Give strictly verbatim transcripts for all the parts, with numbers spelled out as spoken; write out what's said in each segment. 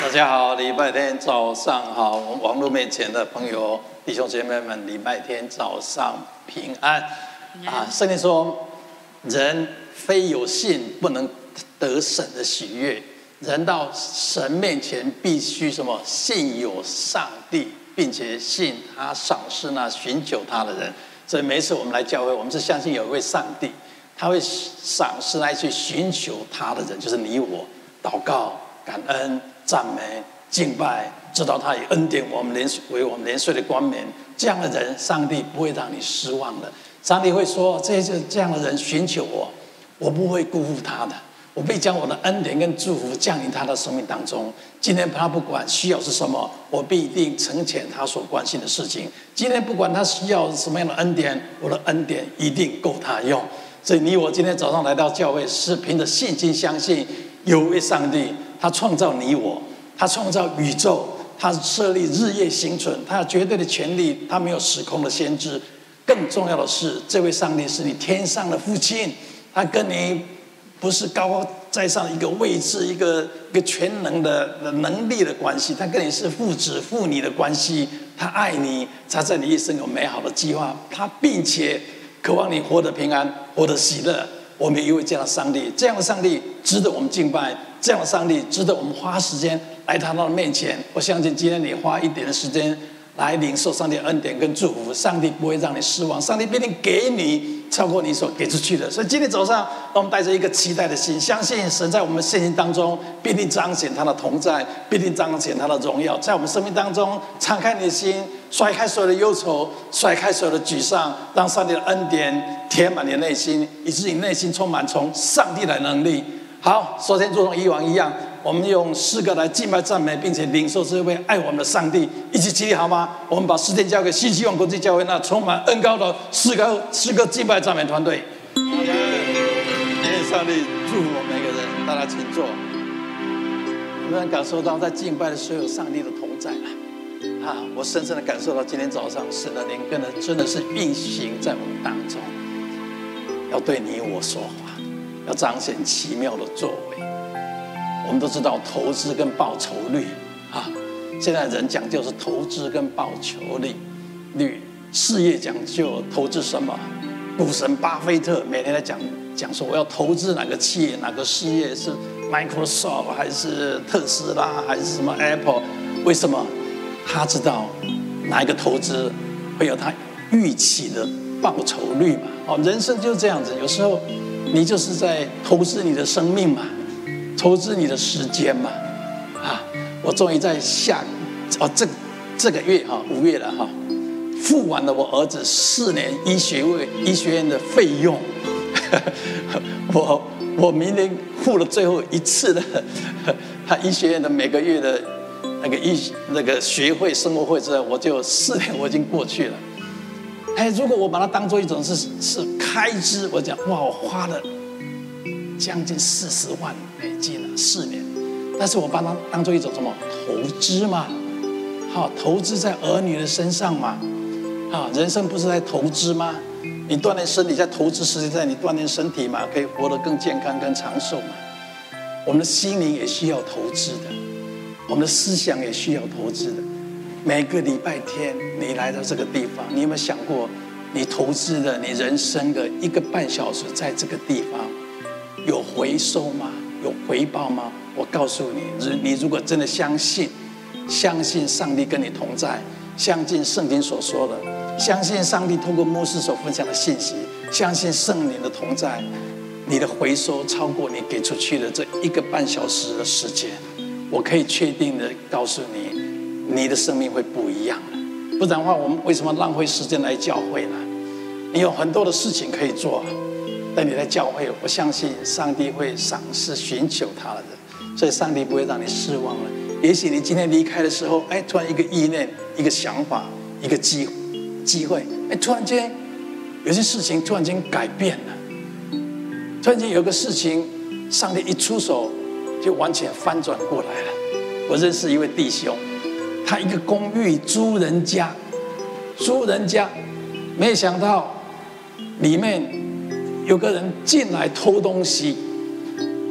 大家好，礼拜天早上好，我们网络面前的朋友、弟兄姐妹们，礼拜天早上平安。啊，圣经说，人非有信不能得神的喜悦。人到神面前必须什么？信有上帝，并且信他赏识那寻求他的人。所以每一次我们来教会，我们是相信有一位上帝，他会赏识来去寻求他的人，就是你我。祷告、感恩、赞美、敬拜，直到他以恩典我们连为我们连岁的冠冕。这样的人，上帝不会让你失望的。上帝会说：这些这样的人寻求我，我不会辜负他的。我必将我的恩典跟祝福降临他的生命当中。今天他不管需要是什么，我必定成全他所关心的事情。今天不管他需要什么样的恩典，我的恩典一定够他用。所以你我今天早上来到教会，是凭着信心相信有位上帝，他创造你我，他创造宇宙，他设立日夜星辰，他有绝对的权利，他没有时空的限制。更重要的是，这位上帝是你天上的父亲，他跟你不是高高在上的一个位置，一个一个全能的能力的关系，他跟你是父子父女的关系，他爱你，他在你一生有美好的计划，他并且渴望你活得平安，活得喜乐。我们有一位这样的上帝，这样的上帝值得我们敬拜，这样的上帝值得我们花时间来他的面前。我相信今天你花一点的时间来领受上帝的恩典跟祝福，上帝不会让你失望，上帝必定给你超过你所给出去的。所以今天早上，让我们带着一个期待的心，相信神在我们信心当中必定彰显他的同在，必定彰显他的荣耀，在我们生命当中敞开你的心，甩开所有的忧愁，甩开所有的沮丧，让上帝的恩典填满你的内心，以致你内心充满从上帝的能力。好，昨天如同以往一样，我们用诗歌来敬拜赞美，并且领受这位爱我们的上帝，一起起立好吗？我们把时间交给新希望国际教会那充满恩膏的诗歌诗歌敬拜赞美团队。阿门。愿上帝祝福我们每个人，大家请坐。有没有人感受到在敬拜的时候有上帝的同在啊？啊，我深深的感受到今天早上神的灵跟的真的是运行在我们当中，要对你我说话。要彰显奇妙的作为。我们都知道投资跟报酬率啊，现在人讲究是投资跟报酬率，率事业讲究投资什么？股神巴菲特每天在讲讲说我要投资哪个企业哪个事业，是 Microsoft 还是特斯拉还是什么 Apple？ 为什么？他知道哪一个投资会有他预期的报酬率嘛？哦，人生就是这样子，有时候你就是在投资你的生命嘛，投资你的时间嘛，啊！我终于在下哦这这个月哈、哦、五月了哈、哦，付完了我儿子四年医学位医学院的费用，我我明年付了最后一次的他医学院的每个月的那个医那个学费生活费之后，我就四年我已经过去了。哎，如果我把它当做一种是是开支，我讲哇，我花了将近四十万美金了，四年。但是我把它当做一种什么投资嘛？好，投资在儿女的身上嘛？啊，人生不是在投资吗？你锻炼身体，在投资时间在你锻炼身体嘛，可以活得更健康、更长寿嘛。我们的心灵也需要投资的，我们的思想也需要投资的。每个礼拜天你来到这个地方，你有没有想过，你投资的你人生的一个半小时在这个地方有回收吗？有回报吗？我告诉你，你如果真的相信，相信上帝跟你同在，相信圣经所说的，相信上帝透过牧师所分享的信息，相信圣灵的同在，你的回收超过你给出去的这一个半小时的时间。我可以确定的告诉你，你的生命会不一样了。不然的话，我们为什么浪费时间来教会呢？你有很多的事情可以做，但你在教会，我相信上帝会赏识寻求他的人，所以上帝不会让你失望了。也许你今天离开的时候，哎，突然一个意念、一个想法、一个机机会，哎，突然间有些事情突然间改变了，突然间有个事情，上帝一出手就完全翻转过来了。我认识一位弟兄，他一个公寓租人家，租人家，没想到里面有个人进来偷东西，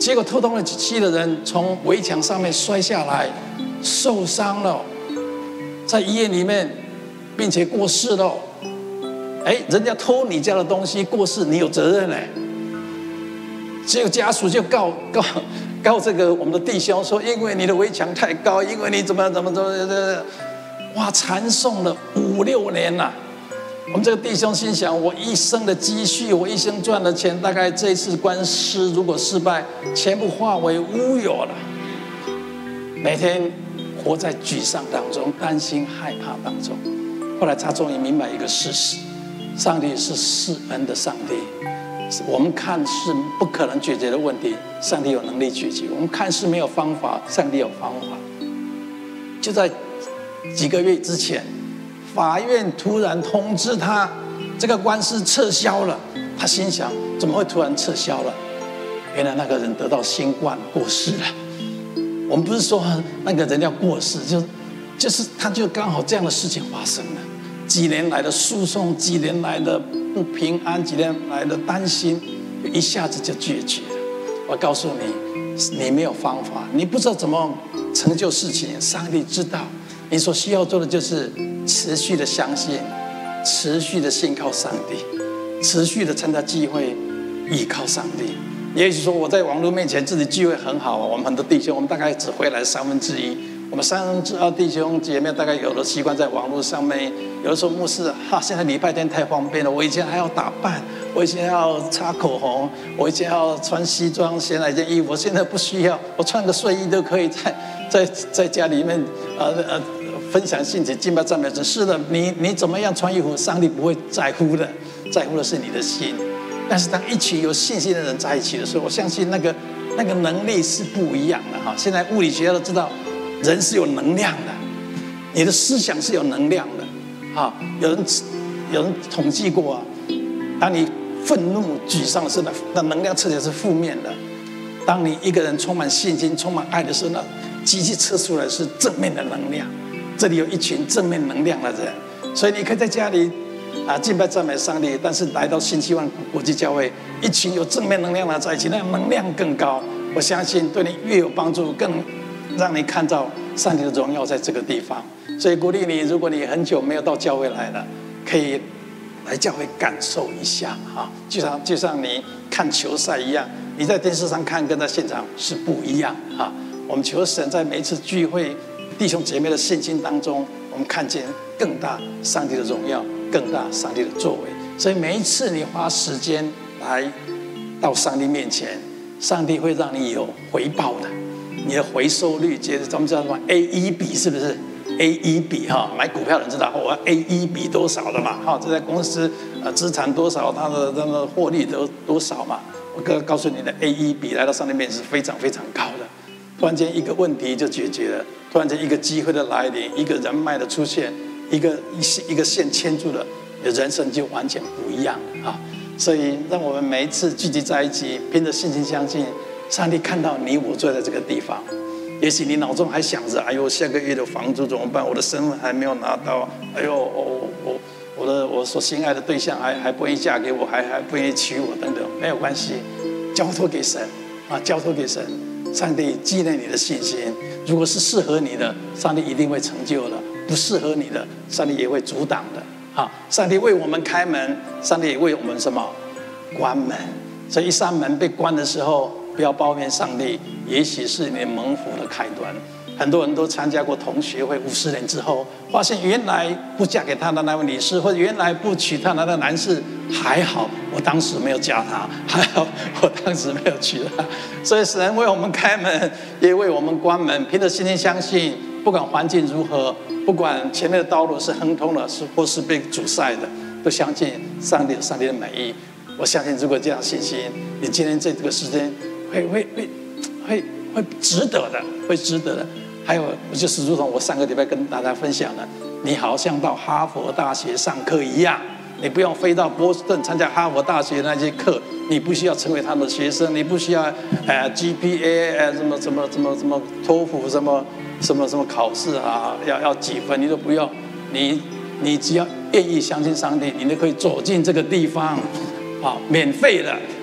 结果偷东西西的人从围墙上面摔下来，受伤了，在医院里面，并且过世了。哎，人家偷你家的东西过世，你有责任嘞。结果家属就告告告这个我们的弟兄说，因为你的围墙太高，因为你怎么怎么怎么怎么，哇，缠讼了五六年了。我们这个弟兄心想，我一生的积蓄，我一生赚的钱，大概这一次官司如果失败，全部化为乌有了。每天活在沮丧当中，担心害怕当中。后来他终于明白一个事实：上帝是施恩的上帝。我们看似不可能解决的问题，上帝有能力解决；我们看似没有方法，上帝有方法。就在几个月之前，法院突然通知他，这个官司撤销了。他心想，怎么会突然撤销了？原来那个人得到新冠过世了。我们不是说那个人要过世，就就是他就刚好这样的事情发生了。几年来的诉讼，几年来的不平安，几年来的担心，一下子就解决了。我告诉你，你没有方法，你不知道怎么成就事情，上帝知道。你所需要做的就是持续的相信，持续的信靠上帝，持续的参加聚会，依靠上帝。也许说我在网络面前自己聚会很好，我们很多弟兄，我们大概只回来三分之一。我们三分之二弟兄姐妹大概有的习惯在网络上面，有的时候牧师哈，现在礼拜天太方便了，我以前还要打扮，我以前要擦口红，我以前要穿西装，选哪件衣服，我现在不需要，我穿个睡衣都可以在在在家里面呃呃分享信息、敬拜赞美神。是的，你你怎么样穿衣服，上帝不会在乎的，在乎的是你的心。但是当一群有信心的人在一起的时候，我相信那个那个能力是不一样的哈。现在物理学家都知道，人是有能量的，你的思想是有能量的啊。有人有人统计过啊，当你愤怒、沮丧的时候，那能量测起来是负面的；当你一个人充满信心、充满爱的时候，那机器测出来是正面的能量。这里有一群正面能量的人，所以你可以在家里啊敬拜赞美上帝，但是来到新希望国际教会，一群有正面能量的在一起，那能量更高。我相信对你越有帮助，更让你看到上帝的荣耀在这个地方。所以鼓励你，如果你很久没有到教会来了，可以来教会感受一下哈，就像就像你看球赛一样，你在电视上看跟在现场是不一样哈。我们求神在每一次聚会，弟兄姐妹的信心当中，我们看见更大上帝的荣耀，更大上帝的作为。所以每一次你花时间来到上帝面前，上帝会让你有回报的。你的回收率，接着咱们知道什么 A 一 比是不是 ？A 一 比哈，买股票的人知道我要 A 一 比多少的嘛？哈，这家公司呃资产多少，它的那个获利多多少嘛？我告告诉你的 A 一 比来到上帝面前是非常非常高的。突然间一个问题就解决了，突然间一个机会的来临，一个人脉的出现，一个一一个线牵住了，你的人生就完全不一样了啊！所以让我们每一次聚集在一起，凭着信心相信，上帝看到你我坐在这个地方。也许你脑中还想着，哎呦，下个月的房租怎么办？我的身份还没有拿到，哎呦，我我我的我所心爱的对象还还不愿意嫁给我，还还不愿意娶我等等，没有关系，交托给神啊，交托给神。上帝纪念你的信心，如果是适合你的，上帝一定会成就的；不适合你的，上帝也会阻挡的。啊，上帝为我们开门，上帝也为我们什么关门？所以一扇门被关的时候，不要抱怨上帝，也许是你蒙福的开端。很多人都参加过同学会，五十年之后发现，原来不嫁给他的那位女士，或者原来不娶她的那个男士，还好我当时没有嫁他，还好我当时没有娶他。所以神为我们开门，也为我们关门。凭着信心相信，不管环境如何，不管前面的道路是亨通的，是或是被阻塞的，都相信上帝有上帝的美意。我相信，如果这样信心，你今天在这个时间会会会会会值得的，会值得的。还有，就是如同我上个礼拜跟大家分享的，你好像到哈佛大学上课一样，你不用飞到波士顿参加哈佛大学的那些课，你不需要成为他们的学生，你不需要呃 G P A 呃什么什么什么什么托福什么什么什么考试啊，要要几分你都不用，你你只要愿意相信上帝，你就可以走进这个地方，啊，免费的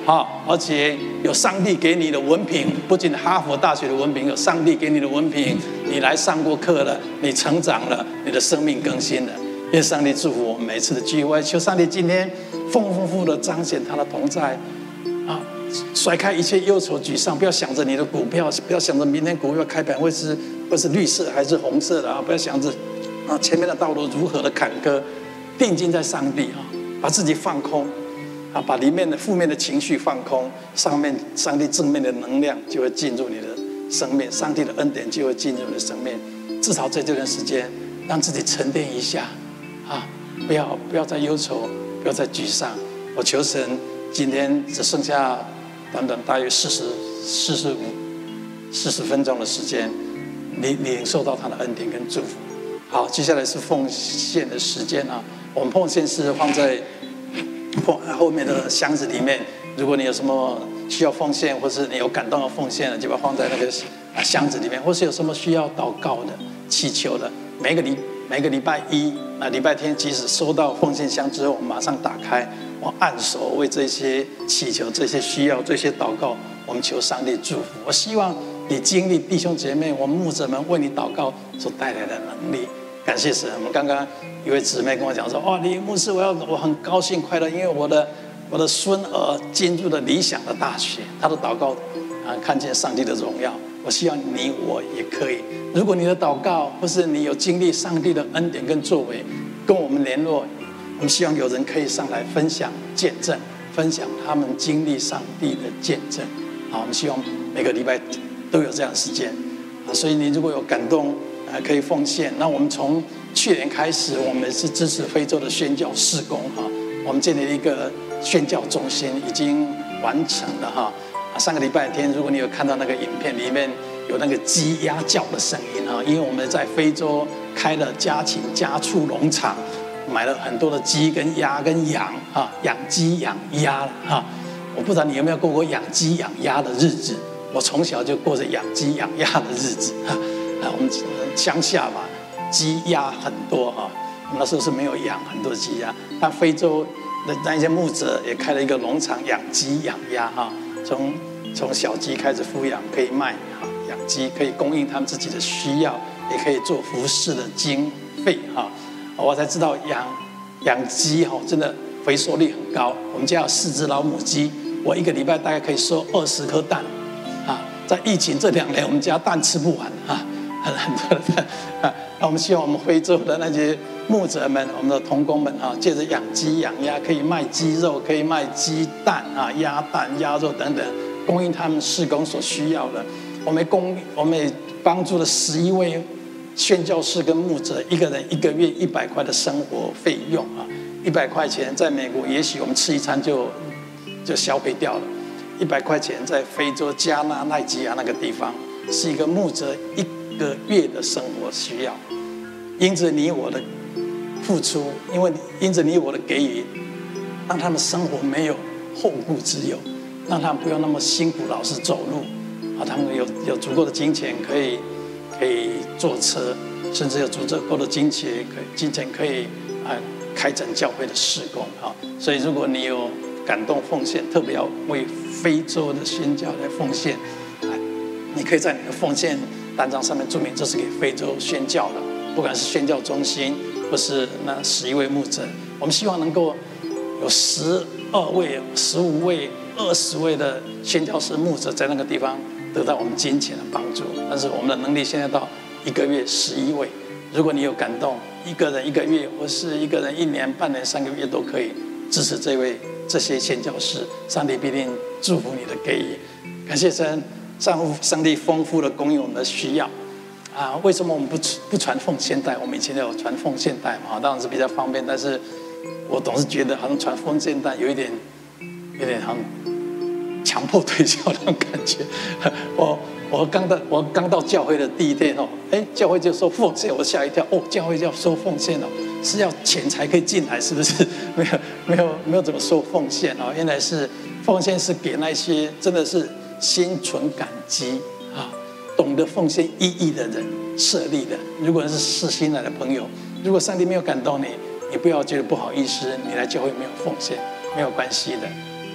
哈，而且有上帝给你的文凭，不仅哈佛大学的文凭，有上帝给你的文凭，你来上过课了，你成长了，你的生命更新了。愿上帝祝福我们每次的聚会，求上帝今天丰丰富富的彰显他的同在，啊，甩开一切忧愁沮丧，不要想着你的股票，不要想着明天股票开盘会是会是绿色还是红色的啊，不要想着啊前面的道路如何的坎坷，定睛在上帝啊，把自己放空。啊，把里面的负面的情绪放空，上面上帝正面的能量就会进入你的生命，上帝的恩典就会进入你的生命。至少在这段时间，让自己沉淀一下，啊，不要不要再忧愁，不要再沮丧。我求神，今天只剩下短短大约四十、四十五、四十分钟的时间，你你领受到他的恩典跟祝福。好，接下来是奉献的时间啊，我们奉献是放在后面的箱子里面，如果你有什么需要奉献，或是你有感动要奉献的，就把它放在那个箱子里面；或是有什么需要祷告的、祈求的，每个礼每个礼拜一、啊礼拜天，即使收到奉献箱之后，我们马上打开，我按手为这些祈求、这些需要、这些祷告，我们求上帝祝福。我希望你经历弟兄姐妹、我们牧者们为你祷告所带来的能力。感谢神！我们刚刚一位姊妹跟我讲说：“哇，李牧师，我要我很高兴快乐，因为我的我的孙儿进入了理想的大学。他的祷告啊，看见上帝的荣耀。我希望你我也可以。如果你的祷告或是你有经历上帝的恩典跟作为，跟我们联络，我们希望有人可以上来分享见证，分享他们经历上帝的见证。好，我们希望每个礼拜都有这样的时间啊。所以你如果有感动。”啊，可以奉献。那我们从去年开始，我们是支持非洲的宣教事工哈。我们建立了一个宣教中心，已经完成了哈。啊，上个礼拜天，如果你有看到那个影片，里面有那个鸡鸭叫的声音哈，因为我们在非洲开了家禽家畜农场，买了很多的鸡跟鸭跟羊哈，养鸡养鸭了哈。我不知道你有没有过过养鸡养鸭的日子？我从小就过着养鸡养鸭的日子哈。啊，我们乡下嘛，鸡鸭很多哈。我们那时候是没有养很多鸡鸭，但非洲的那些牧者也开了一个农场，养鸡养鸭哈。从从小鸡开始抚养，可以卖哈，养鸡可以供应他们自己的需要，也可以做服饰的经费哈。我才知道养养鸡哈，真的回收率很高。我们家有四只老母鸡，我一个礼拜大概可以收二十颗蛋啊。在疫情这两年，我们家蛋吃不完啊。很很多的啊，那我们希望我们非洲的那些牧者们、我们的同工们啊，借着养鸡养鸭，可以卖鸡肉，可以卖鸡蛋啊、鸭蛋、鸭肉等等，供应他们事工所需要的。我们供，我们也帮助了十一位宣教士跟牧者，一个人一个月一百块的生活费用啊，一百块钱在美国，也许我们吃一餐就就消费掉了。一百块钱在非洲加纳、奈及亚那个地方，是一个牧者一个月的生活需要。因着你我的付出，因为因着你我的给予，让他们生活没有后顾之忧，让他们不用那么辛苦老是走路啊，他们有有足够的金钱可以可以坐车，甚至有足够的金钱可以金钱可以啊开展教会的事工啊。所以如果你有感动奉献，特别要为非洲的宣教来奉献，你可以在你的奉献单张上面注明这是给非洲宣教的，不管是宣教中心或是那十一位牧者，我们希望能够有十二位、十五位、二十位的宣教士牧者在那个地方得到我们金钱的帮助。但是我们的能力现在到一个月十一位，如果你有感动，一个人一个月，或是一个人一年、半年、三个月都可以支持这位这些宣教士，上帝必定祝福你的给予。感谢神。上上帝丰富的供应我们的需要啊！为什么我们不不传奉献袋？我们以前有传奉献袋嘛，当然是比较方便。但是我总是觉得好像传奉献袋有一点，有点好像强迫推销那种感觉。我我刚到我刚到教会的第一天哦，哎，教会就收奉献，我吓一跳哦，教会要收奉献哦，是要钱才可以进来，是不是？没有没有没有怎么收奉献哦，原来是奉献是给那些真的是。心存感激啊，懂得奉献意义的人设立的。如果是世新来的朋友，如果上帝没有感动你，你不要觉得不好意思，你来教会没有奉献，没有关系的。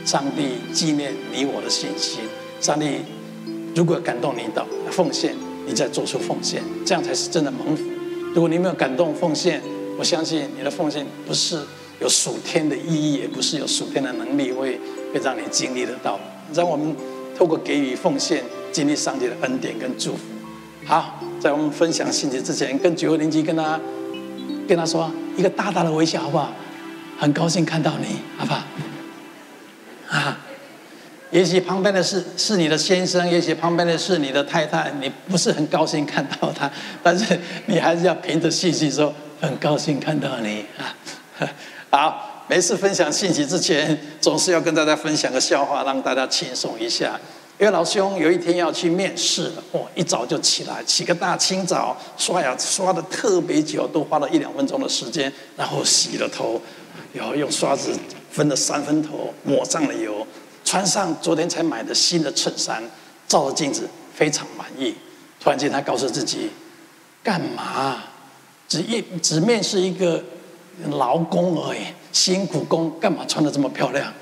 上帝纪念你我的信心。上帝如果感动你的奉献，你再做出奉献，这样才是真的蒙福。如果你没有感动奉献，我相信你的奉献不是有属天的意义，也不是有属天的能力会会让你经历得到。让我们透过给予奉献，经历上帝的恩典跟祝福。好，在我们分享信息之前，跟九位邻居跟他跟他说一个大大的微笑，好不好？很高兴看到你，好不好？啊，也许旁边的是是你的先生，也许旁边的是你的太太，你不是很高兴看到他，但是你还是要凭着信心说，很高兴看到你啊。好，每次分享信息之前，总是要跟大家分享个笑话，让大家轻松一下。因为老兄有一天要去面试了，哦，一早就起来，起个大清早，刷牙刷得特别久，都花了一两分钟的时间，然后洗了头，然后用刷子分了三分头，抹上了油，穿上昨天才买的新的衬衫，照着镜子非常满意。突然间，他告诉自己，干嘛？只一只面试一个劳工而已，辛苦工，干嘛穿得这么漂亮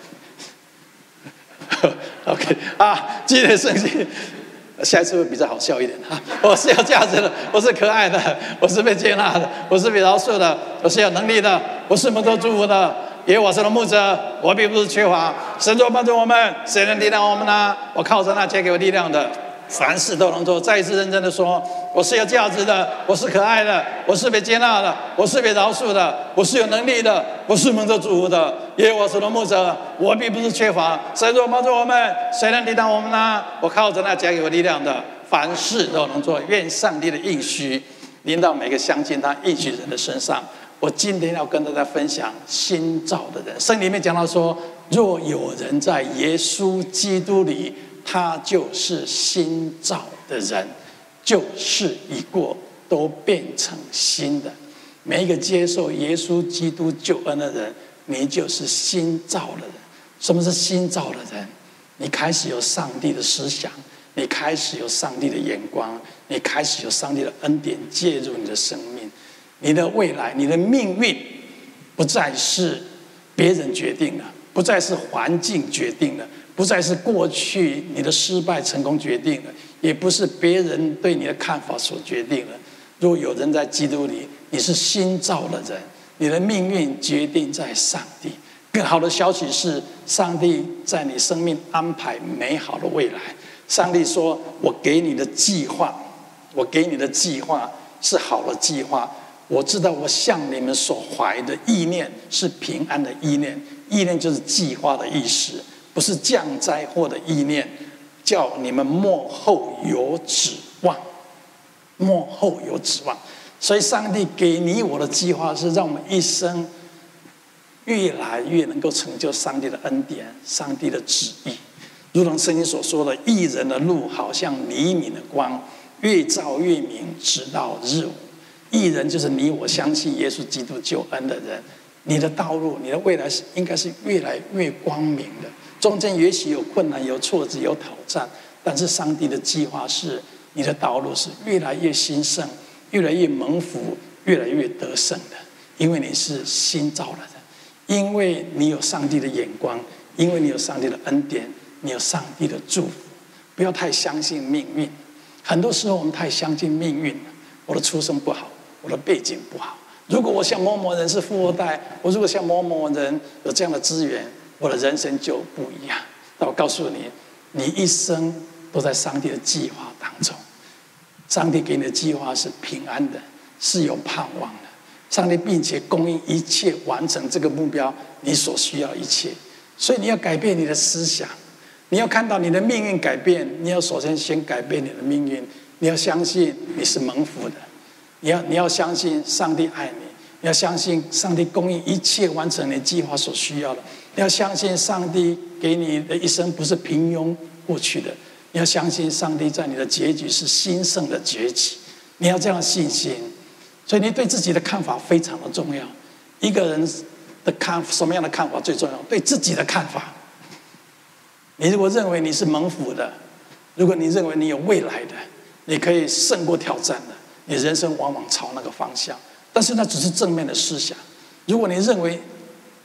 ？OK 啊，今天的圣经，下一次会比较好笑一点哈。我是有价值的，我是可爱的，我是被接纳的，我是被饶恕的，我是有能力的，我是蒙受祝福的。因为我是的牧者，我并不是缺乏。神作帮助我们，谁能力量我们呢？我靠着那加给我力量的，凡事都能做。再一次认真的说，我是有价值的，我是可爱的，我是被接纳的，我是被饶恕的，我是有能力的，我是蒙受祝福的。因为我是的牧者，我并不是缺乏。神作帮助我们，谁能抵挡我们呢？我靠着那加给我力量的，凡事都能做。愿上帝的应许临到每个相信他应许人的身上。我今天要跟大家分享新造的人。圣经里面讲到说，若有人在耶稣基督里，他就是新造的人，旧事已过，都变成新的。每一个接受耶稣基督救恩的人，你就是新造的人。什么是新造的人？你开始有上帝的思想，你开始有上帝的眼光，你开始有上帝的恩典介入你的生命。你的未来，你的命运，不再是别人决定了，不再是环境决定了，不再是过去你的失败成功决定了，也不是别人对你的看法所决定了。若有人在基督里，你是新造的人，你的命运决定在上帝。更好的消息是，上帝在你生命安排美好的未来。上帝说，我给你的计划，我给你的计划是好的计划。我知道我向你们所怀的意念是平安的意念，意念就是计划的意思，不是降灾祸的意念，叫你们末后有指望，末后有指望。所以上帝给你我的计划是让我们一生越来越能够成就上帝的恩典，上帝的旨意。如同圣经所说的，义人的路好像黎明的光，越照越明，直到日午。义人就是你我相信耶稣基督救恩的人，你的道路，你的未来是应该是越来越光明的。中间也许有困难、有挫折、有挑战，但是上帝的计划是你的道路是越来越兴盛，越来越蒙福，越来越得胜的。因为你是新造的人，因为你有上帝的眼光，因为你有上帝的恩典，你有上帝的祝福。不要太相信命运，很多时候我们太相信命运了。我的出生不好，我的背景不好。如果我像某某人是富二代，我如果像某某人有这样的资源，我的人生就不一样。但我告诉你，你一生都在上帝的计划当中。上帝给你的计划是平安的，是有盼望的。上帝并且供应一切，完成这个目标，你所需要一切。所以你要改变你的思想，你要看到你的命运改变，你要首先先改变你的命运。你要相信你是蒙福的，你要你要相信上帝爱你，你要相信上帝供应一切，完成你计划所需要的。你要相信上帝给你的一生不是平庸过去的，你要相信上帝在你的结局是兴盛的崛起。你要这样信心，所以你对自己的看法非常的重要。一个人的看什么样的看法最重要？对自己的看法。你如果认为你是蒙福的，如果你认为你有未来的，你可以胜过挑战的，你人生往往朝那个方向。但是那只是正面的思想。如果你认为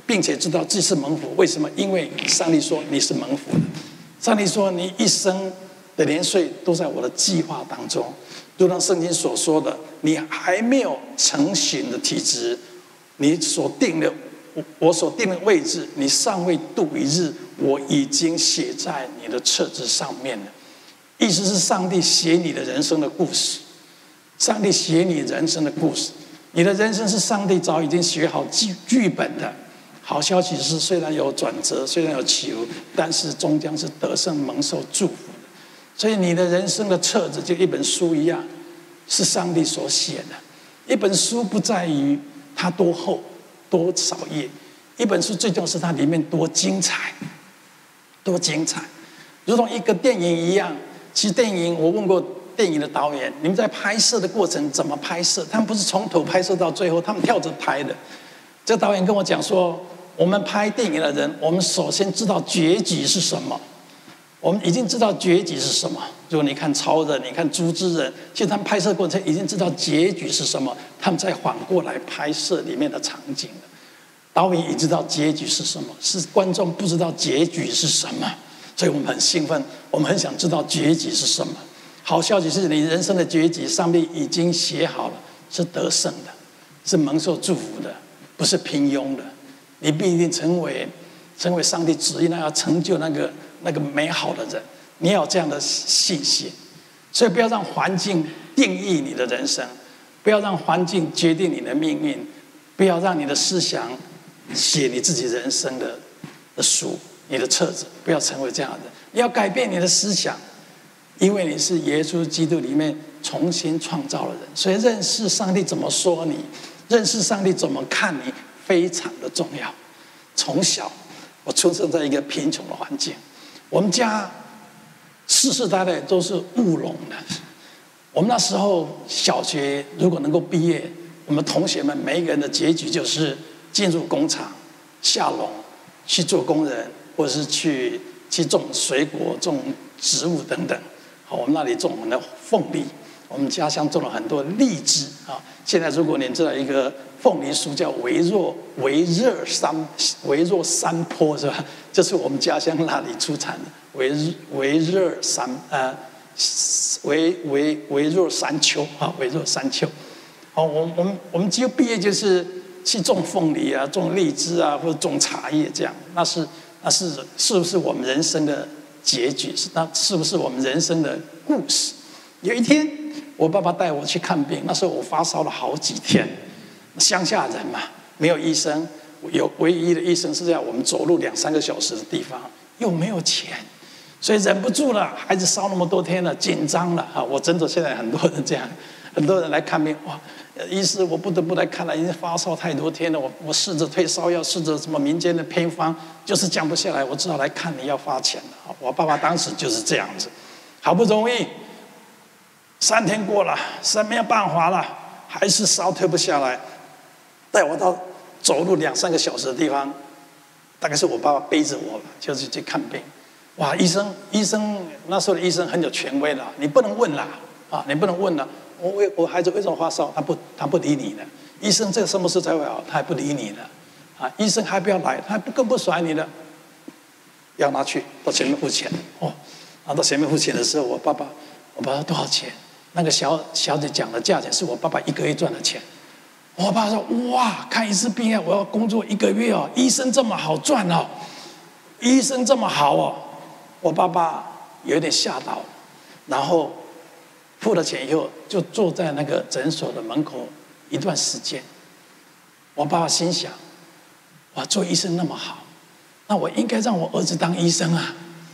并且知道自己是蒙福。为什么？因为上帝说你是蒙福的。上帝说你一生的年岁都在我的计划当中，就像圣经所说的，你还没有成型的体质，你所定的我所定的位置，你尚未度一日，我已经写在你的册子上面了。意思是上帝写你的人生的故事，上帝写你人生的故事，你的人生是上帝早已经写好剧剧本的。好消息是，虽然有转折，虽然有起伏，但是终将是得胜蒙受祝福的。所以你的人生的册子就一本书一样，是上帝所写的。一本书不在于它多厚多少页，一本书最重要是它里面多精彩，多精彩。如同一个电影一样，其实电影我问过电影的导演，你们在拍摄的过程怎么拍摄？他们不是从头拍摄到最后，他们跳着拍的。这导演跟我讲说，我们拍电影的人，我们首先知道结局是什么。我们已经知道结局是什么。如果你看超人，你看猪之人，其实他们拍摄过程已经知道结局是什么，他们再反过来拍摄里面的场景了。导演也知道结局是什么，是观众不知道结局是什么，所以我们很兴奋，我们很想知道结局是什么。好消息是你人生的结局，上帝已经写好了，是得胜的，是蒙受祝福的，不是平庸的。你必定成为成为上帝旨意那要成就那个那个美好的人，你要有这样的信心。所以不要让环境定义你的人生，不要让环境决定你的命运，不要让你的思想写你自己人生的的书，你的册子，不要成为这样的。你要改变你的思想，因为你是耶稣基督里面重新创造的人，所以认识上帝怎么说你，认识上帝怎么看你，非常的重要。从小我出生在一个贫穷的环境，我们家世世代代都是务农的。我们那时候小学如果能够毕业，我们同学们每一个人的结局就是进入工厂下农去做工人，或者是去去种水果、种植物等等。好，我们那里种很多凤梨，我们家乡种了很多荔枝啊。现在如果你知道一个凤梨酥叫维若维热山维若山坡是吧？这是我们家乡那里出产的维维热山呃维维维若山丘啊，维若山丘。好，我我们我们只有毕业就是去种凤梨啊，种荔枝啊，或者种茶叶这样。那是那是是不是我们人生的结局？那是不是我们人生的故事？有一天，我爸爸带我去看病，那时候我发烧了好几天。乡下人嘛，没有医生，有唯一的医生是在我们走路两三个小时的地方，又没有钱，所以忍不住了，孩子烧那么多天了，紧张了啊！我真的现在很多人这样，很多人来看病，哇，医师我不得不来看了，已经发烧太多天了，我我试着退烧药，试着什么民间的偏方，就是降不下来，我只好来看你，要花钱了。我爸爸当时就是这样子，好不容易三天过了，实在没有办法了，还是烧退不下来。带我到走路两三个小时的地方，大概是我爸爸背着我，就是去看病。哇，医生，医生那时候的医生很有权威了，你不能问啦，啊，你不能问了。我为我孩子为什么发烧？他不，他不理你了。医生这个什么事才会好？他还不理你了。啊，医生还不要来，他还不更不甩你了。要拿去到前面付钱哦，拿到前面付钱的时候，我爸爸，我爸爸多少钱？那个小小姐讲的价钱是我爸爸一个月赚的钱。我爸说：“哇，看一次病啊，我要工作一个月哦，医生这么好赚哦，医生这么好哦。”我爸爸有点吓到，然后付了钱以后，就坐在那个诊所的门口一段时间。我爸爸心想：“哇，做医生那么好，那我应该让我儿子当医生啊。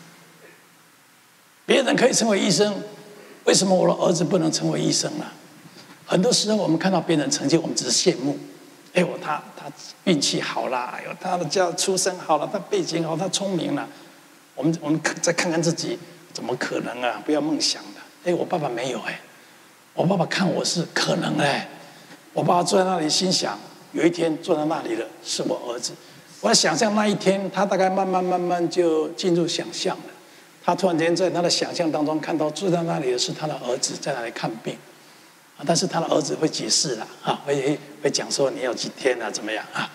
别人可以成为医生，为什么我的儿子不能成为医生呢？”很多时候，我们看到别人成绩，我们只是羡慕。哎呦，他他运气好啦，哎呦，他的家出身好了，他背景好，他聪明了。我们我们再看看自己，怎么可能啊？不要梦想的。哎，我爸爸没有哎，我爸爸看我是可能哎。我爸爸坐在那里，心想：有一天坐在那里的是我儿子。我在想象那一天，他大概慢慢慢慢就进入想象了。他突然间在他的想象当中看到坐在那里的是他的儿子在那里看病。但是他的儿子会解释了啊，会会讲说你要几天啊，怎么样啊？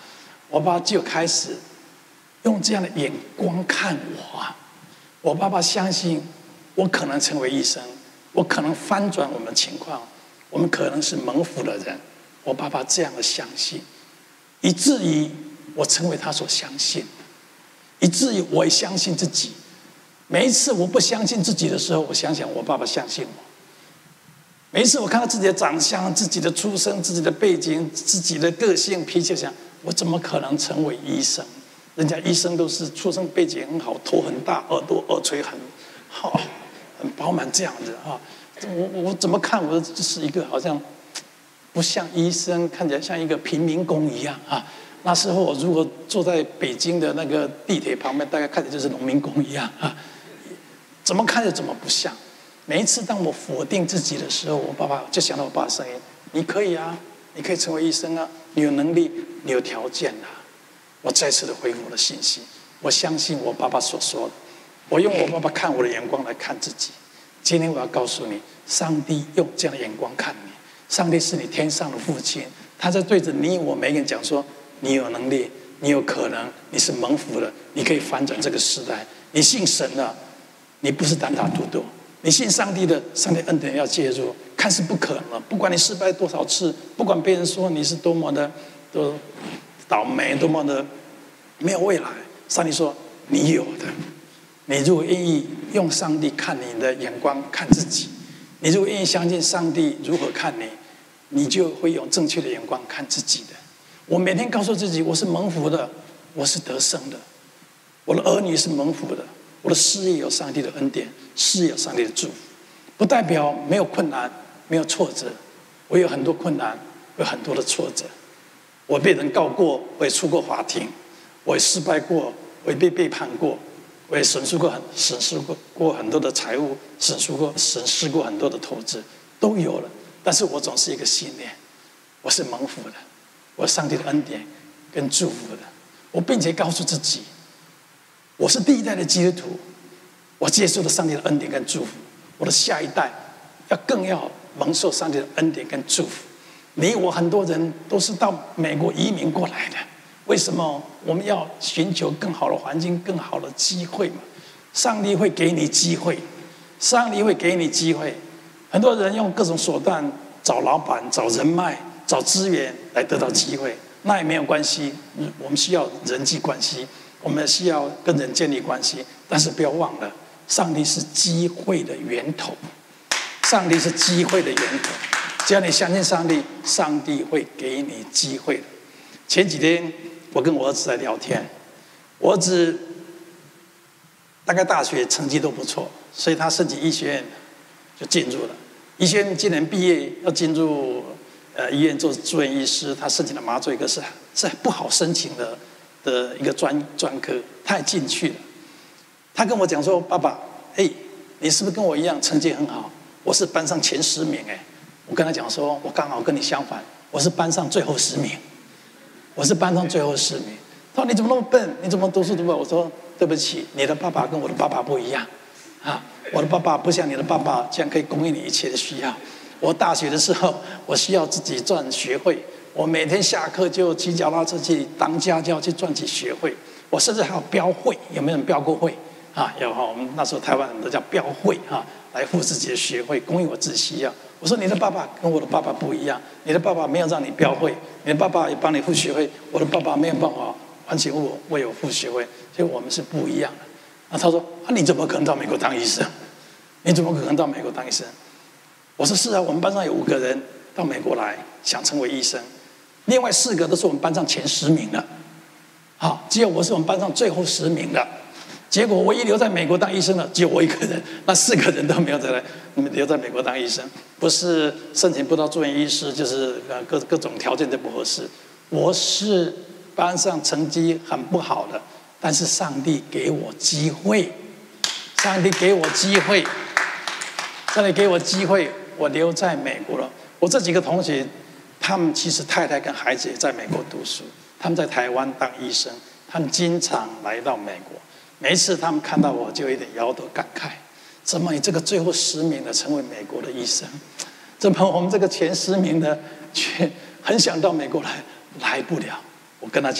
我爸爸就开始用这样的眼光看我啊。我爸爸相信我可能成为医生，我可能翻转我们的情况，我们可能是蒙福的人。我爸爸这样的相信，以至于我成为他所相信的，以至于我也相信自己。每一次我不相信自己的时候，我想想我爸爸相信我。每一次我看到自己的长相、自己的出身、自己的背景、自己的个性脾气，想我怎么可能成为医生？人家医生都是出生背景很好，头很大，耳朵耳垂很好、很饱满这样子啊。我我怎么看我就是一个好像不像医生，看起来像一个贫民工一样啊。那时候我如果坐在北京的那个地铁旁边，大概看起来就是农民工一样啊。怎么看就怎么不像。每一次当我否定自己的时候，我爸爸就想到我爸的声音：“你可以啊，你可以成为医生啊，你有能力，你有条件啊。”我再次的恢复我的信心，我相信我爸爸所说的，我用我爸爸看我的眼光来看自己。今天我要告诉你，上帝用这样的眼光看你，上帝是你天上的父亲，他在对着你我每个人讲说：你有能力，你有可能，你是蒙福的，你可以翻转这个时代。你信神了，你不是单打独斗。你信上帝的，上帝恩典要介入，看似不可能。不管你失败多少次，不管别人说你是多么的都倒霉，多么的没有未来，上帝说你有的。你如果愿意用上帝看你的眼光看自己，你如果愿意相信上帝如何看你，你就会用正确的眼光看自己的。我每天告诉自己，我是蒙福的，我是得胜的，我的儿女是蒙福的。我的事业有上帝的恩典，事业有上帝的祝福，不代表没有困难，没有挫折。我有很多困难，有很多的挫折。我被人告过，我也出过法庭，我也失败过，我也被背叛过，我也损失过很损失过过很多的财物，损失过损失过很多的投资，都有了。但是我总是一个信念，我是蒙福的，我是上帝的恩典跟祝福的。我并且告诉自己，我是第一代的基督徒，我接受了上帝的恩典跟祝福，我的下一代要更要蒙受上帝的恩典跟祝福。你我很多人都是到美国移民过来的，为什么我们要寻求更好的环境、更好的机会嘛？上帝会给你机会，上帝会给你机会。很多人用各种手段找老板、找人脉、找资源来得到机会，那也没有关系。我们需要人际关系，我们需要跟人建立关系，但是不要忘了，上帝是机会的源头，上帝是机会的源头。只要你相信上帝，上帝会给你机会的。前几天我跟我儿子在聊天，我儿子大概大学成绩都不错，所以他申请医学院就进入了。医学院今年毕业要进入呃医院做住院医师，他申请了麻醉科，是是不好申请的的一个专专科，他也进去了。他跟我讲说：“爸爸，哎，你是不是跟我一样成绩很好？我是班上前十名哎。”我跟他讲说：“我刚好跟你相反，我是班上最后十名，我是班上最后十名。”他说：“你怎么那么笨？你怎么读书读不好？”我说：“对不起，你的爸爸跟我的爸爸不一样啊！我的爸爸不像你的爸爸这样可以供应你一切的需要。我大学的时候，我需要自己赚学费，我每天下课就骑脚踏车去当家教去赚取学费。我甚至还有标会，有没有人标过会啊？有哈，我们那时候台湾人都叫标会啊，来付自己的学费，供应我自己需要。”我说：“你的爸爸跟我的爸爸不一样，你的爸爸没有让你标会，你的爸爸也帮你付学费，我的爸爸没有办法完全为我为我付学费，所以我们是不一样的。”那他说：“啊，你怎么可能到美国当医生？你怎么可能到美国当医生？”我说：“是啊，我们班上有五个人到美国来想成为医生，另外四个都是我们班上前十名的，好，只有我是我们班上最后十名的。结果我一留在美国当医生了，只有我一个人，那四个人都没有再来，你们留在美国当医生，不是申请不到住院医师，就是呃各各种条件都不合适。我是班上成绩很不好的，但是上帝给我机会，上帝给我机会，上帝给我机会，我留在美国了。我这几个同学，他们其实太太跟孩子也在美国读书，他们在台湾当医生，他们经常来到美国。每一次他们看到我，就有点摇头感慨：怎么你这个最后十名的成为美国的医生？怎么我们这个前十名的却很想到美国来，来不了？我跟他讲，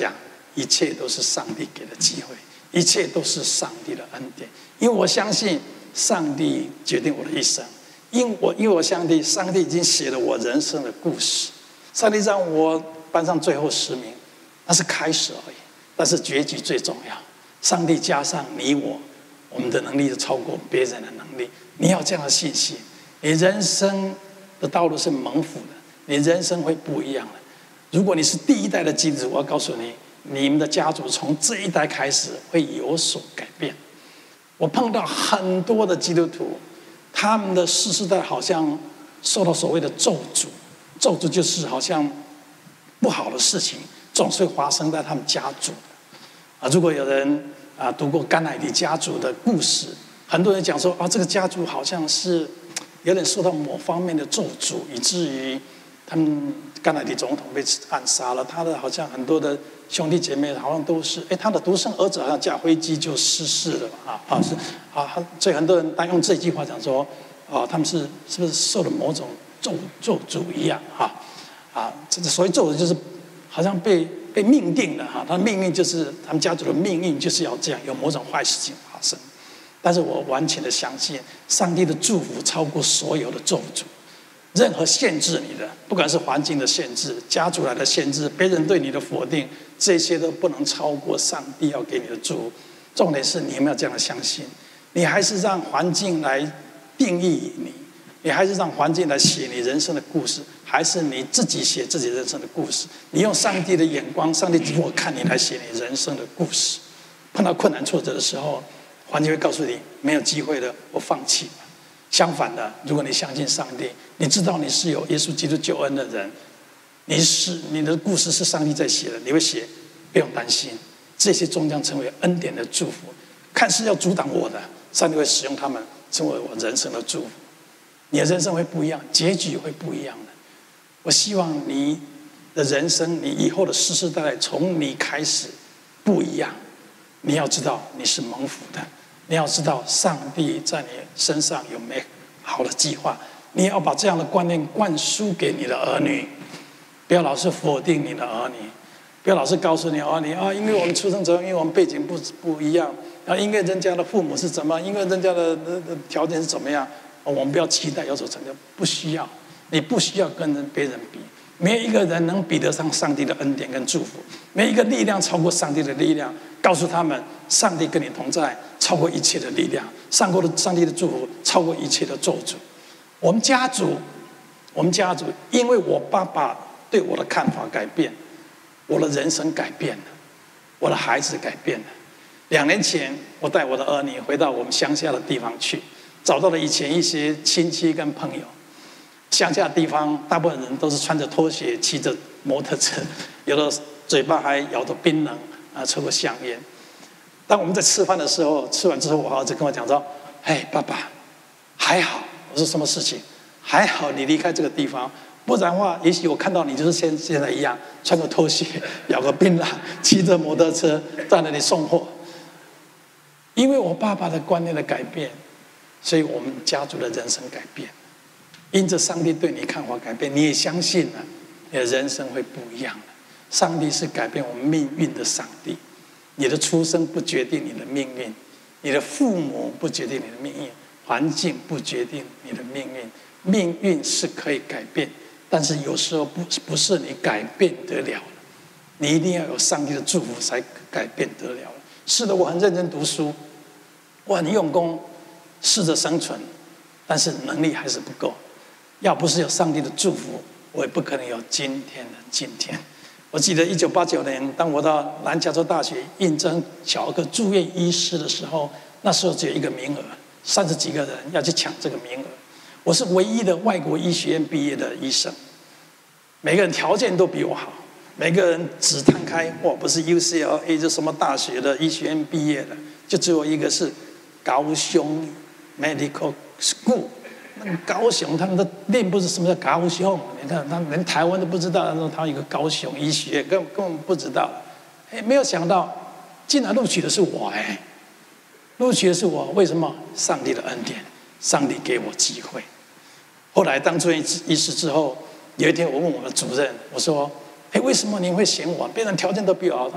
一切都是上帝给的机会，一切都是上帝的恩典。因为我相信上帝决定我的一生，因我因为我相信上帝已经写了我人生的故事。上帝让我班上最后十名，那是开始而已，但是结局最重要。上帝加上你我，我们的能力就超过别人的能力。你要这样的信心，你人生的道路是蒙福的，你人生会不一样的。如果你是第一代的基督徒，我要告诉你，你们的家族从这一代开始会有所改变。我碰到很多的基督徒，他们的世世代好像受到所谓的咒诅，咒诅就是好像不好的事情总是会发生在他们家族。啊，如果有人啊读过甘乃迪家族的故事，很多人讲说啊，这个家族好像是有点受到某方面的咒诅，以至于他们甘乃迪总统被暗杀了，他的好像很多的兄弟姐妹好像都是，哎，他的独生儿子好像驾飞机就失事了啊啊是啊，所以很多人单用这句话讲说，啊，他们是是不是受了某种咒咒诅一样哈啊，这所谓咒诅就是好像被被命定了哈，他的命运就是他们家族的命运就是要这样，有某种坏事情发生。但是我完全的相信，上帝的祝福超过所有的咒诅。任何限制你的，不管是环境的限制、家族来的限制、别人对你的否定，这些都不能超过上帝要给你的祝福。重点是你有没有这样的相信？你还是让环境来定义你，你还是让环境来写你人生的故事，还是你自己写自己人生的故事？你用上帝的眼光，上帝如果看你来写你人生的故事。碰到困难挫折的时候，环境会告诉你没有机会了，我放弃吧。相反的，如果你相信上帝，你知道你是有耶稣基督救恩的人，你是你的故事是上帝在写的，你会写，不用担心，这些终将成为恩典的祝福。看似要阻挡我的，上帝会使用他们成为我人生的祝福。你的人生会不一样，结局会不一样的。我希望你的人生，你以后的世世代代从你开始不一样。你要知道你是蒙福的，你要知道上帝在你身上有美好的计划，你也要把这样的观念灌输给你的儿女，不要老是否定你的儿女，不要老是告诉你儿女啊，因为我们出生之后，因为我们背景不不一样，啊，因为人家的父母是怎么，因为人家的的条件是怎么样，我们不要期待有所成就，不需要，你不需要跟人别人比。没有一个人能比得上上帝的恩典跟祝福，没一个力量超过上帝的力量。告诉他们，上帝跟你同在，超过一切的力量，上过的上帝的祝福超过一切的咒诅。我们家族，我们家族，因为我爸爸对我的看法改变，我的人生改变了，我的孩子改变了。两年前，我带我的儿女回到我们乡下的地方去，找到了以前一些亲戚跟朋友。乡下的地方，大部分人都是穿着拖鞋，骑着摩托车，有的嘴巴还咬着槟榔啊，抽过香烟。当我们在吃饭的时候，吃完之后，我儿子跟我讲说：“哎，爸爸，还好。”我说：“什么事情？”还好你离开这个地方，不然的话，也许我看到你就是现现在一样，穿个拖鞋，咬个槟榔，骑着摩托车在那里送货。因为我爸爸的观念的改变，所以我们家族的人生改变。因着上帝对你看法改变，你也相信了，你的人生会不一样的。上帝是改变我们命运的上帝。你的出生不决定你的命运，你的父母不决定你的命运，环境不决定你的命运。命运是可以改变，但是有时候不不是你改变得了的，你一定要有上帝的祝福才改变得了。是的，我很认真读书，我很用功，试着生存，但是能力还是不够。要不是有上帝的祝福，我也不可能有今天的今天。我记得一九八九年，当我到南加州大学应征小儿科住院医师的时候，那时候只有一个名额，三十几个人要去抢这个名额。我是唯一的外国医学院毕业的医生，每个人条件都比我好，每个人只摊开，哇，不是 U C L A 就什么大学的医学院毕业的，就只有一个是高雄 Medical School。高雄，他们的念不是什么叫高雄，你看他们连台湾都不知道，说他有一个高雄医学，根本根本不知道。哎，没有想到，竟然录取的是我哎，录取的是我，为什么？上帝的恩典，上帝给我机会。后来当住院医师之后，有一天我问我的主任，我说：“哎，为什么您会选我？别人条件都比我好。”他说：“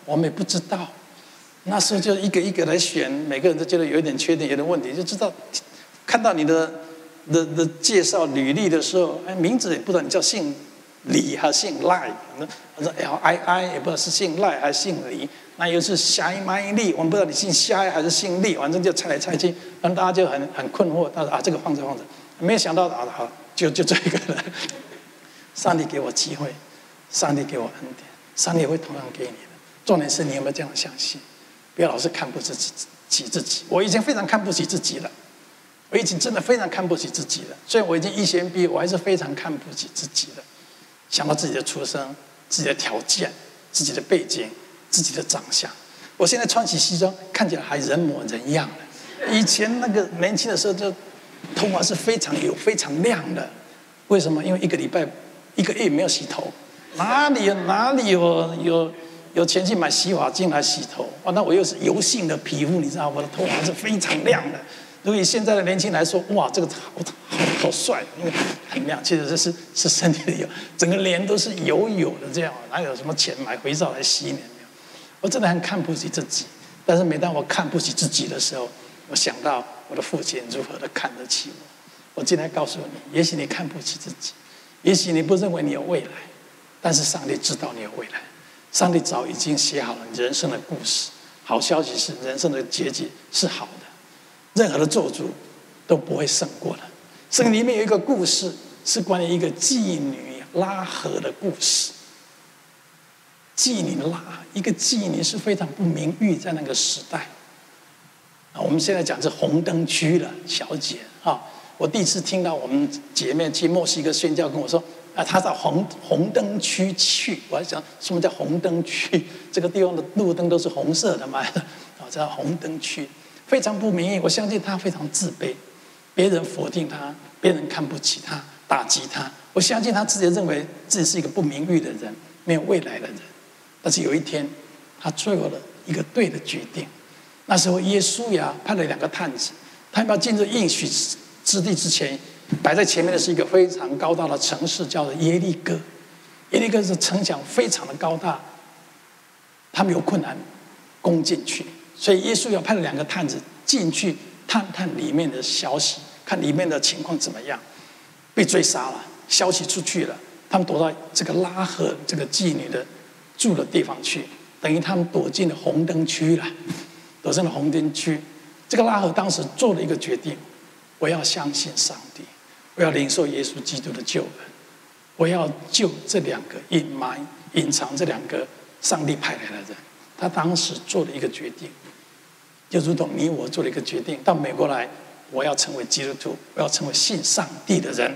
我们也不知道。那时候就一个一个来选，每个人都觉得有一点缺点，有点问题，就知道看到你的的的介绍履历的时候，哎，名字也不知道你叫姓李还是姓赖，我说 L I I 也不知道是姓赖还是姓李，那又是夏麦利，我们不知道你姓夏还是姓厉，反正就猜来猜去，然后大家就很很困惑，他说啊，这个放着放着，没有想到啊，好，就就这个人，上帝给我机会，上帝给我恩典，上帝也会同样给你的。重点是你有没有这样相信？不要老是看不起自己。我以前非常看不起自己了，我已经真的非常看不起自己了。虽然我已经医学院毕业，我还是非常看不起自己的。想到自己的出身、自己的条件、自己的背景、自己的长相，我现在穿起西装，看起来还人模人样的。以前那个年轻的时候，就头发是非常油、非常亮的。为什么？因为一个礼拜、一个月没有洗头，哪里有哪里有有。有钱去买洗发精来洗头，哇！那我又是油性的皮肤，你知道，我的头发是非常亮的。如果以现在的年轻人来说，哇，这个好好好帅，因为很亮。其实这是是身体的油，整个脸都是油油的这样，哪有什么钱买肥皂来洗脸？我真的很看不起自己。但是每当我看不起自己的时候，我想到我的父亲如何的看得起我。我今天告诉你，也许你看不起自己，也许你不认为你有未来，但是上帝知道你有未来。上帝早已经写好了人生的故事。好消息是，人生的结局是好的，任何的咒诅都不会胜过的。圣经里面有一个故事，是关于一个妓女拉合的故事。妓女拉，一个妓女是非常不名誉，在那个时代。啊，我们现在讲是红灯区了，小姐啊。我第一次听到我们姐妹去墨西哥宣教，跟我说。啊，他到红红灯区去，我还想什么叫红灯区？这个地方的路灯都是红色的嘛，啊，叫红灯区，非常不名誉。我相信他非常自卑，别人否定他，别人看不起他，打击他。我相信他自己认为自己是一个不名誉的人，没有未来的人。但是有一天，他做了一个对的决定。那时候，耶稣呀派了两个探子，他们要进入应许之地之前。摆在前面的是一个非常高大的城市，叫做耶利哥。耶利哥是城墙非常的高大，他们有困难攻进去，所以耶稣要派了两个探子进去探探里面的消息，看里面的情况怎么样。被追杀了，消息出去了，他们躲到这个拉合这个妓女的住的地方去，等于他们躲进了红灯区了，躲进了红灯区。这个拉合当时做了一个决定：我要相信上帝。我要领受耶稣基督的救恩，我要救这两个隐瞒、隐藏这两个上帝派来的人。他当时做了一个决定，就如同你我做了一个决定，到美国来，我要成为基督徒，我要成为信上帝的人。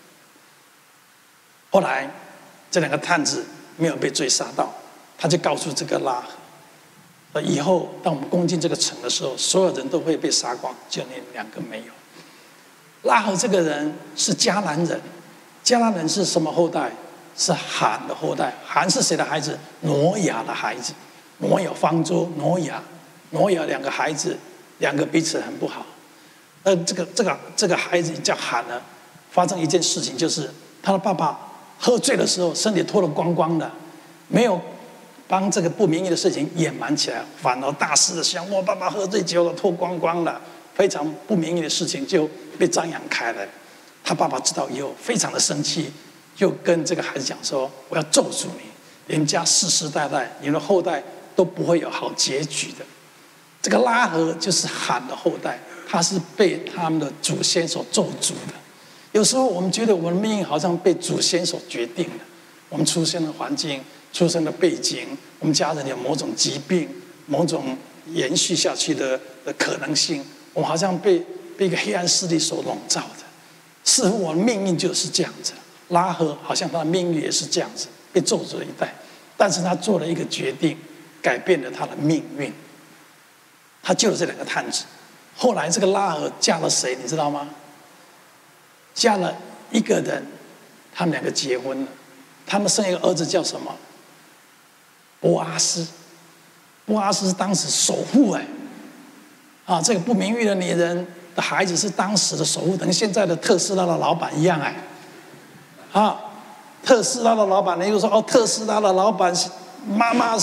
后来，这两个探子没有被追杀到，他就告诉这个拉合：以后当我们攻进这个城的时候，所有人都会被杀光，就你两个没有。拉合这个人是迦南人，迦南人是什么后代？是含的后代。含是谁的孩子？挪亚的孩子。挪亚方舟，挪亚，挪亚两个孩子，两个彼此很不好。呃，这个这个这个孩子叫含呢，发生一件事情，就是他的爸爸喝醉的时候，身体脱得光光的，没有帮这个不名誉的事情掩瞒起来，反而大肆的想，我爸爸喝醉酒了，脱光光了。非常不名誉的事情就被张扬开了。他爸爸知道以后非常的生气，就跟这个孩子讲说：“我要咒诅你，你们家世世代代，你们的后代都不会有好结局的。”这个拉合就是含的后代，他是被他们的祖先所咒诅的。有时候我们觉得我们的命运好像被祖先所决定了，我们出生的环境、出生的背景，我们家人有某种疾病、某种延续下去的的可能性。我们好像被被一个黑暗势力所笼罩的，似乎我的命运就是这样子。拉合好像他的命运也是这样子，被咒诅了一代，但是他做了一个决定，改变了他的命运。他救了这两个探子。后来这个拉合嫁了谁，你知道吗？嫁了一个人，他们两个结婚了，他们生一个儿子叫什么？波阿斯。波阿斯是当时首富哎。啊，这个不名誉的女人的孩子是当时的首富，等于现在的特斯拉的老板一样哎。啊，特斯拉的老板，你就说哦，特斯拉的老板妈妈是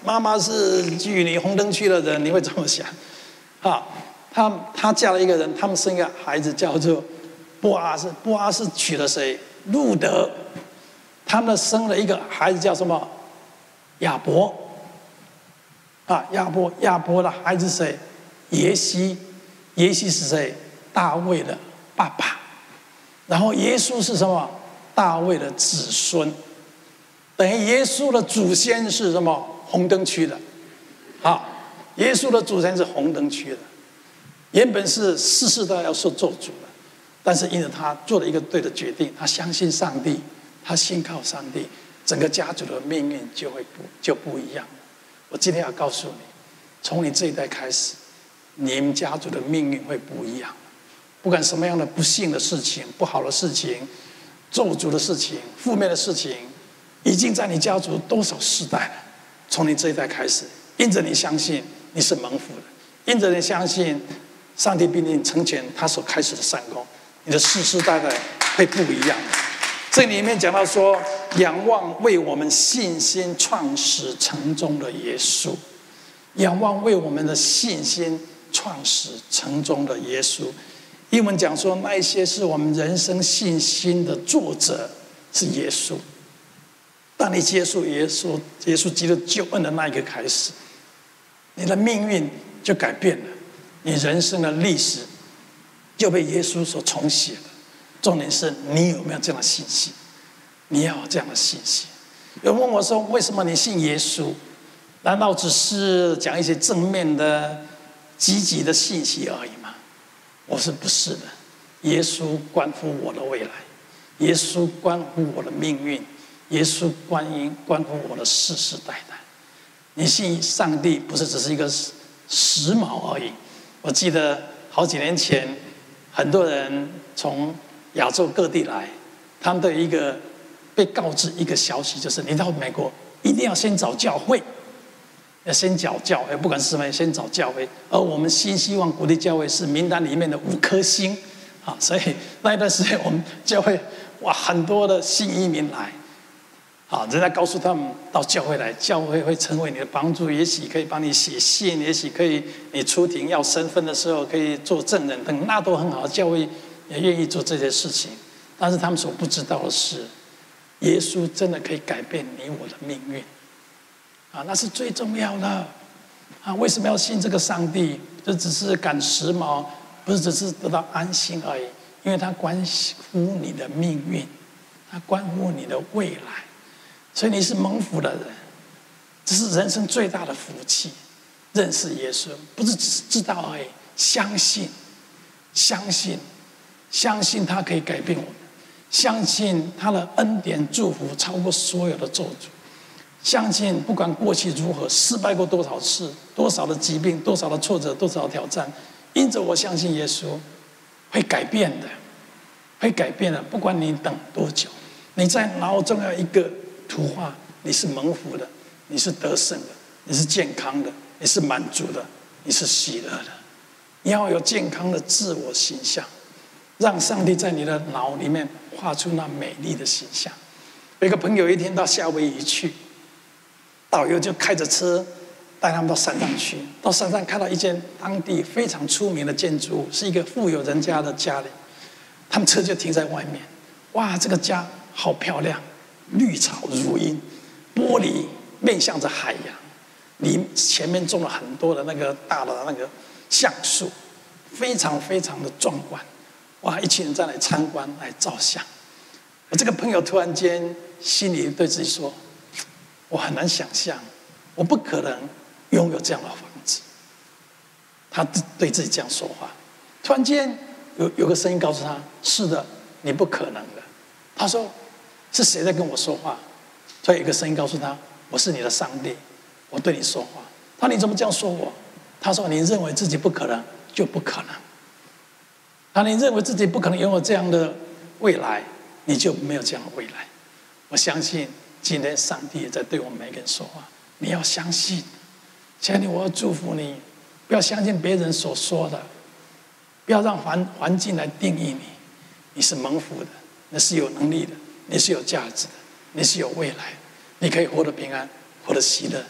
妈妈是妓女红灯区的人，你会怎么想？啊，她她嫁了一个人，他们生一个孩子叫做波阿斯，波阿斯娶了谁？路德。他们生了一个孩子叫什么？亚伯。啊，亚伯，亚伯的孩子是谁？耶西，耶西是谁？大卫的爸爸。然后耶稣是什么？大卫的子孙。等于耶稣的祖先是什么？红灯区的。啊，耶稣的祖先是红灯区的。原本是世世代要受咒诅的，但是因为他做了一个对的决定，他相信上帝，他信靠上帝，整个家族的命运就会不就不一样了。我今天要告诉你，从你这一代开始，你们家族的命运会不一样。不管什么样的不幸的事情、不好的事情、咒诅的事情、负面的事情，已经在你家族多少世代了。从你这一代开始，因着你相信你是蒙福的，因着你相信上帝必定成全他所开始的善功，你的世世代代会不一样的。这里面讲到说，仰望为我们信心创始成终的耶稣，仰望为我们的信心创始成终的耶稣。英文讲说，那一些是我们人生信心的作者是耶稣。当你接受耶稣，耶稣基督救恩的那一个开始，你的命运就改变了，你人生的历史就被耶稣所重写了。重点是你有没有这样的信心？你要有这样的信心。有人问我说：“为什么你信耶稣？难道只是讲一些正面的、积极的信息而已吗？”我说不是的，耶稣关乎我的未来，耶稣关乎我的命运，耶稣关因关乎我的世世代代。你信上帝不是只是一个时髦而已。我记得好几年前，很多人从亚洲各地来，他们都有一个被告知一个消息，就是你到美国一定要先找教会，要先找教会，不管是什么，先找教会。而我们新希望国际教会是名单里面的五颗星，啊，所以那一段时间我们教会哇很多的新移民来，啊，人家告诉他们到教会来，教会会成为你的帮助，也许可以帮你写信，也许可以你出庭要身份的时候可以做证人等，那都很好，教会也愿意做这些事情。但是他们所不知道的是，耶稣真的可以改变你我的命运，啊，那是最重要的。啊，为什么要信这个上帝？这只是赶时髦，不是只是得到安心而已，因为它关乎你的命运，它关乎你的未来。所以你是蒙福的人，这是人生最大的福气。认识耶稣，不是只是知道而已，相信，相信。相信他可以改变我们，相信他的恩典祝福超过所有的咒诅，相信不管过去如何，失败过多少次，多少的疾病，多少的挫折，多少的挑战，因着我相信耶稣会改变的，会改变的。不管你等多久，你在脑中有一个图画，你是蒙福的，你是得胜的，你是健康的，你是满足的，你是喜乐的。你要有健康的自我形象，让上帝在你的脑里面画出那美丽的形象。有一个朋友一天到夏威夷去，导游就开着车带他们到山上去。到山上看到一间当地非常出名的建筑物，是一个富有人家的家里。他们车就停在外面。哇，这个家好漂亮，绿草如茵，玻璃面向着海洋，里前面种了很多的那个大的那个橡树，非常非常的壮观。哇！一群人在来参观，来照相。我这个朋友突然间心里对自己说：“我很难想象，我不可能拥有这样的房子。”他对自己这样说话。突然间有有个声音告诉他：“是的，你不可能的。”他说：“是谁在跟我说话？”所以有一个声音告诉他：“我是你的上帝，我对你说话。”他说：“你怎么这样说我？”他说：“你认为自己不可能，就不可能。”当你认为自己不可能拥有这样的未来，你就没有这样的未来。我相信今天上帝也在对我们每个人说话，你要相信。亲爱的，我要祝福你，不要相信别人所说的，不要让环环境来定义你。你是蒙福的，你是有能力的，你是有价值的，你是有未来的，你可以活得平安，活得喜乐。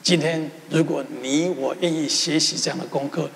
今天如果你我愿意学习这样的功课，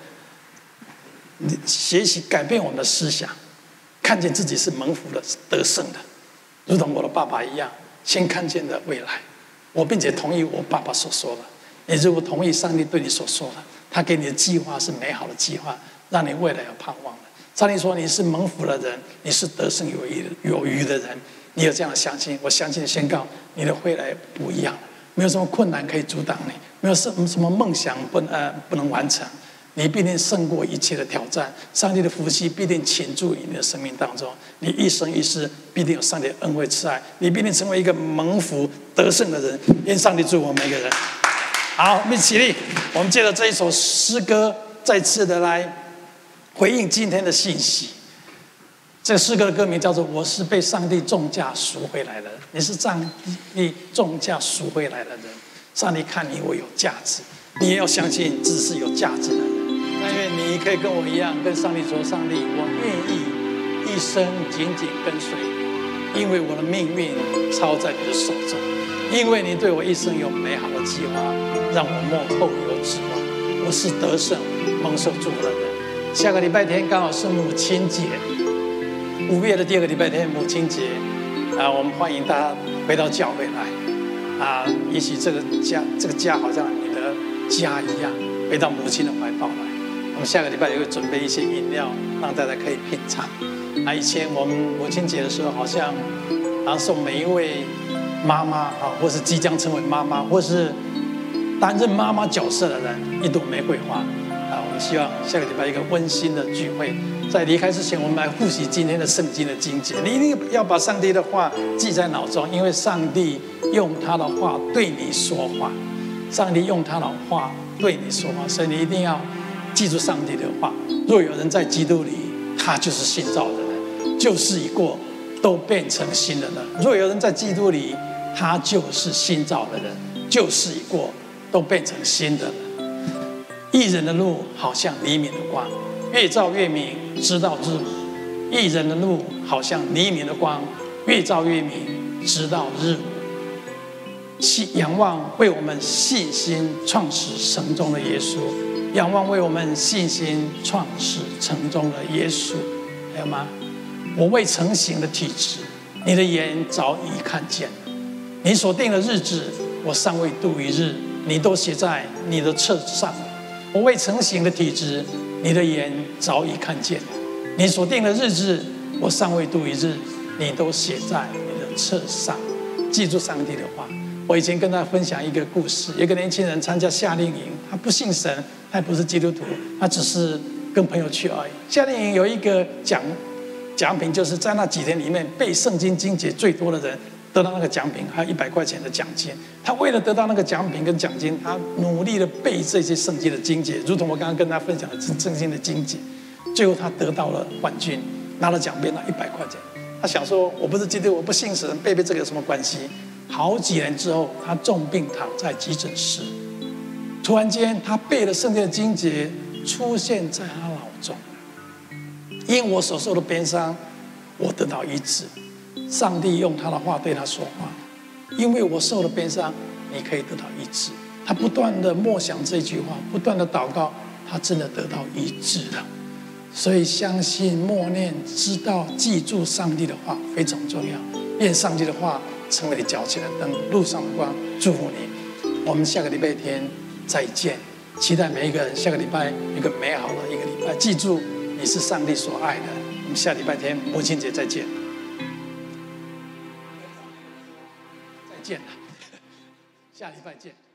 学习改变我们的思想，看见自己是蒙福的、得胜的，如同我的爸爸一样，先看见的未来。我并且同意我爸爸所说的，你如果同意上帝对你所说的，他给你的计划是美好的计划，让你未来有盼望的。上帝说你是蒙福的人，你是得胜有余有余的人，你有这样的相信，我相信宣告你的未来不一样了，没有什么困难可以阻挡你，没有什么什么梦想不呃不能完成，你必定胜过一切的挑战，上帝的福气必定倾注于你的生命当中，你一生一世必定有上帝的恩惠慈爱，你必定成为一个蒙福得胜的人。愿上帝祝福我们每个人。好，我们起立，我们借着这一首诗歌，再次的来回应今天的信息。这个诗歌的歌名叫做《我是被上帝重价赎回来的人》，你是上帝重价赎回来的人，上帝看你我有价值，你也要相信自己是有价值的人。但愿你可以跟我一样，跟上帝说：上帝，我愿意一生紧紧跟随你，因为我的命运操在你的手中，因为你对我一生有美好的计划，让我幕后有指望。我是得胜蒙受祝福的人。下个礼拜天刚好是母亲节，五月的第二个礼拜天母亲节啊，我们欢迎大家回到教会来啊，也许这个家这个家好像你的家一样，回到母亲的怀抱来。我们下个礼拜也会准备一些饮料，让大家可以品尝。啊，以前我们母亲节的时候，好像好像送每一位妈妈啊，或是即将成为妈妈，或是担任妈妈角色的人，一朵玫瑰花。啊，我们希望下个礼拜一个温馨的聚会。在离开之前，我们来复习今天的圣经的经节。你一定要把上帝的话记在脑中，因为上帝用他的话对你说话，上帝用他的话对你说话，所以你一定要记住上帝的话。若有人在基督里，他就是新造的人，旧事已过，都变成新的人。若有人在基督里，他就是新造的人，旧事已过，都变成新的人。义人的路好像黎明的光，越照越明，直到日午。义人的路好像黎明的光，越照越明，直到日午。仰望为我们信心创始成终的耶稣，仰望为我们信心创始成终的耶稣。还有吗？我未成形的体质，你的眼早已看见；你所定的日子，我尚未度一日，你都写在你的册子上。我未成形的体质，你的眼早已看见；你所定的日子，我尚未度一日，你都写在你的册上。记住上帝的话。我以前跟大家分享一个故事，有一个年轻人参加夏令营，他不信神，他也不是基督徒，他只是跟朋友去而已。夏令营有一个奖奖品，就是在那几天里面背圣经经节最多的人得到那个奖品，还有一百块钱的奖金。他为了得到那个奖品跟奖金，他努力的背这些圣经的经节，如同我刚刚跟大家分享的圣经的经节。最后他得到了冠军，拿了奖杯，拿一百块钱。他想说，我不是基督徒，我不信神，背背这个有什么关系？好几年之后，他重病躺在急诊室，突然间他背了圣经的经节出现在他脑中。因我所受的鞭伤，我得到医治。上帝用他的话对他说话，因为我受了鞭伤，你可以得到医治。他不断的默想这句话，不断的祷告，他真的得到医治了。所以相信、默念、知道、记住上帝的话非常重要。愿上帝的话成为你脚前的灯，路上的光。祝福你，我们下个礼拜天再见。期待每一个人下个礼拜一个美好的一个礼拜。记住，你是上帝所爱的。我们下礼拜天母亲节再见。再见了，下礼拜见。